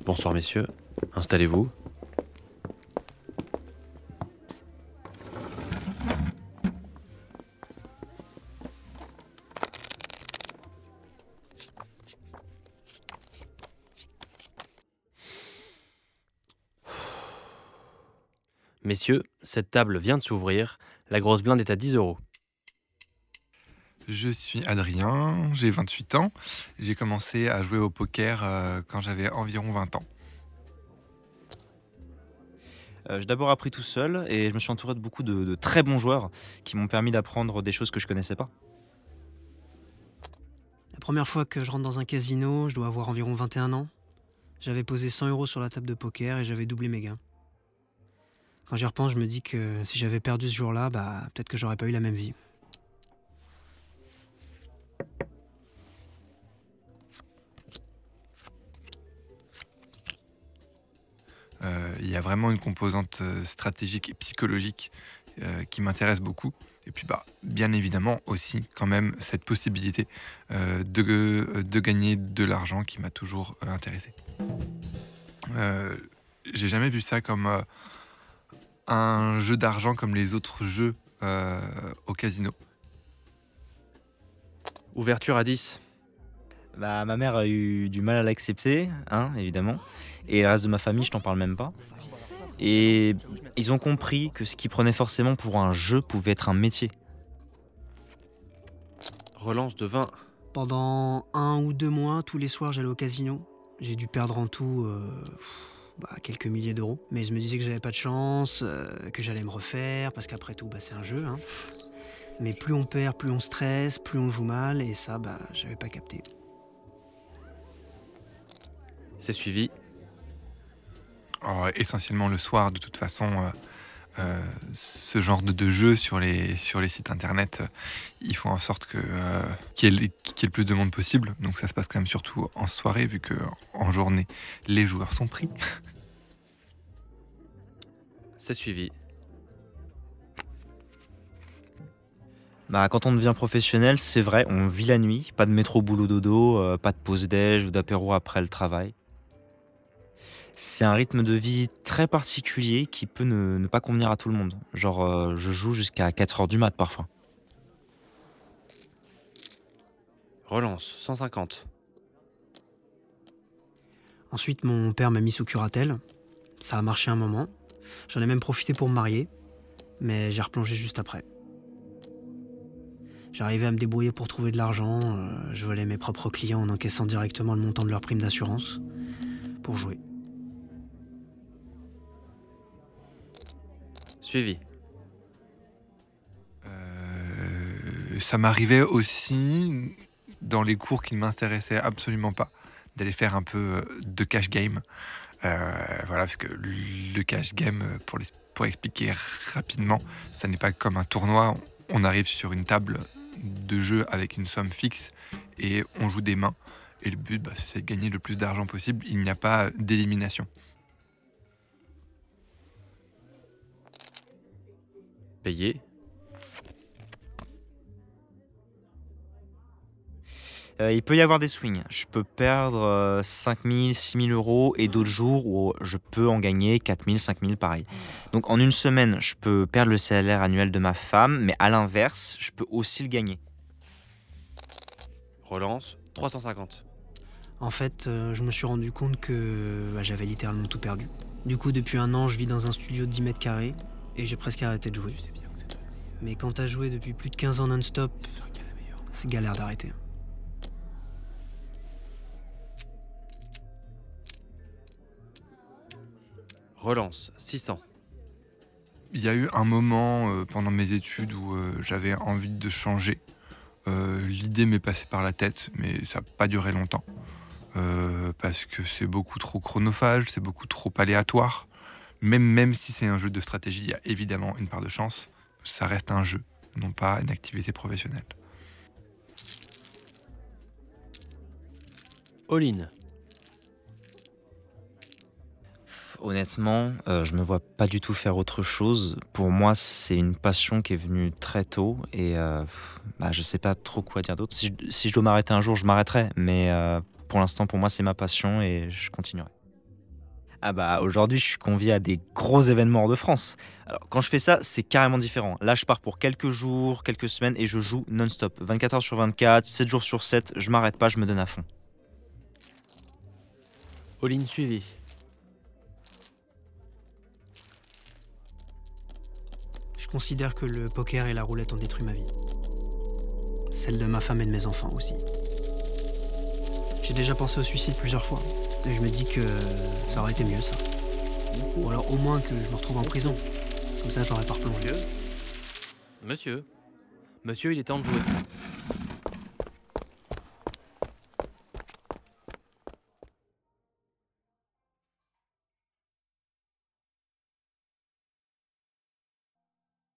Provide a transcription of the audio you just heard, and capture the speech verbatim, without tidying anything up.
Bonsoir messieurs, installez-vous. Messieurs, cette table vient de s'ouvrir, la grosse blinde est à dix euros. Je suis Adrien, j'ai vingt-huit ans. J'ai commencé à jouer au poker euh, quand j'avais environ vingt ans. Euh, j'ai d'abord appris tout seul et je me suis entouré de beaucoup de, de très bons joueurs qui m'ont permis d'apprendre des choses que je connaissais pas. La première fois que je rentre dans un casino, je dois avoir environ vingt et un ans. J'avais posé cent euros sur la table de poker et j'avais doublé mes gains. Quand j'y repense, je me dis que si j'avais perdu ce jour-là, bah, peut-être que j'aurais pas eu la même vie. Euh, Il y a vraiment une composante euh, stratégique et psychologique euh, qui m'intéresse beaucoup. Et puis, bah, bien évidemment, aussi, quand même, cette possibilité euh, de, euh, de gagner de l'argent qui m'a toujours euh, intéressé. Euh, j'ai jamais vu ça comme euh, un jeu d'argent comme les autres jeux euh, au casino. Ouverture à dix. Bah, ma mère a eu du mal à l'accepter, hein, évidemment. Et le reste de ma famille, je t'en parle même pas. Et ils ont compris que ce qu'ils prenaient forcément pour un jeu pouvait être un métier. Relance de vingt. Pendant un ou deux mois, tous les soirs, j'allais au casino. J'ai dû perdre en tout euh, bah, quelques milliers d'euros. Mais je me disais que j'avais pas de chance, euh, que j'allais me refaire, parce qu'après tout, bah, c'est un jeu. Hein. Mais plus on perd, plus on stresse, plus on joue mal, et ça, bah, j'avais pas capté. C'est suivi. Alors, essentiellement le soir, de toute façon, euh, euh, ce genre de, de jeux sur les, sur les sites internet, euh, ils font en sorte que, euh, qu'il y ait, qu'il y ait le plus de monde possible. Donc ça se passe quand même surtout en soirée, vu qu'en journée, les joueurs sont pris. C'est suivi. Bah, quand on devient professionnel, c'est vrai, on vit la nuit. Pas de métro boulot dodo, euh, pas de pause déj ou d'apéro après le travail. C'est un rythme de vie très particulier qui peut ne, ne pas convenir à tout le monde. Genre, euh, je joue jusqu'à quatre heures du mat parfois. Relance, cent cinquante. Ensuite, mon père m'a mis sous curatelle. Ça a marché un moment. J'en ai même profité pour me marier, mais j'ai replongé juste après. J'arrivais à me débrouiller pour trouver de l'argent. euh, je volais mes propres clients en encaissant directement le montant de leur prime d'assurance pour jouer. Suivi. Euh, ça m'arrivait aussi, dans les cours qui ne m'intéressaient absolument pas, d'aller faire un peu de cash game. Euh, voilà, parce que le cash game, pour, les- pour expliquer rapidement, ça n'est pas comme un tournoi. On arrive sur une table de jeu avec une somme fixe et on joue des mains. Et le but, bah, c'est de gagner le plus d'argent possible. Il n'y a pas d'élimination. Payé. Euh, il peut y avoir des swings. Je peux perdre euh, cinq mille, six mille euros et d'autres jours où je peux en gagner quatre mille, cinq mille, pareil. Donc en une semaine, je peux perdre le salaire annuel de ma femme, mais à l'inverse, je peux aussi le gagner. Relance, trois cent cinquante. En fait, euh, je me suis rendu compte que bah, j'avais littéralement tout perdu. Du coup, depuis un an, je vis dans un studio de dix mètres carrés et j'ai presque arrêté de jouer. Mais quand t'as joué depuis plus de quinze ans non-stop, c'est galère d'arrêter. Relance, six cents. Il y a eu un moment euh, pendant mes études où euh, j'avais envie de changer. Euh, L'idée m'est passée par la tête, mais ça n'a pas duré longtemps. Euh, parce que c'est beaucoup trop chronophage, c'est beaucoup trop aléatoire. Même, même si c'est un jeu de stratégie, il y a évidemment une part de chance. Ça reste un jeu, non pas une activité professionnelle. All-in. Honnêtement, euh, je me vois pas du tout faire autre chose. Pour moi, c'est une passion qui est venue très tôt et euh, bah, je sais pas trop quoi dire d'autre. Si je, si je dois m'arrêter un jour, je m'arrêterai. Mais euh, pour l'instant, pour moi, c'est ma passion et je continuerai. Ah bah aujourd'hui, je suis convié à des gros événements hors de France. Alors quand je fais ça, c'est carrément différent. Là, je pars pour quelques jours, quelques semaines et je joue non-stop. vingt-quatre heures sur vingt-quatre, sept jours sur sept, je m'arrête pas, je me donne à fond. All-in suivi. Je considère que le poker et la roulette ont détruit ma vie. Celle de ma femme et de mes enfants aussi. J'ai déjà pensé au suicide plusieurs fois. Et je me dis que ça aurait été mieux, ça. Ou alors au moins que je me retrouve en prison. Comme ça, j'aurais pas replongé. Monsieur, monsieur, il est temps de jouer.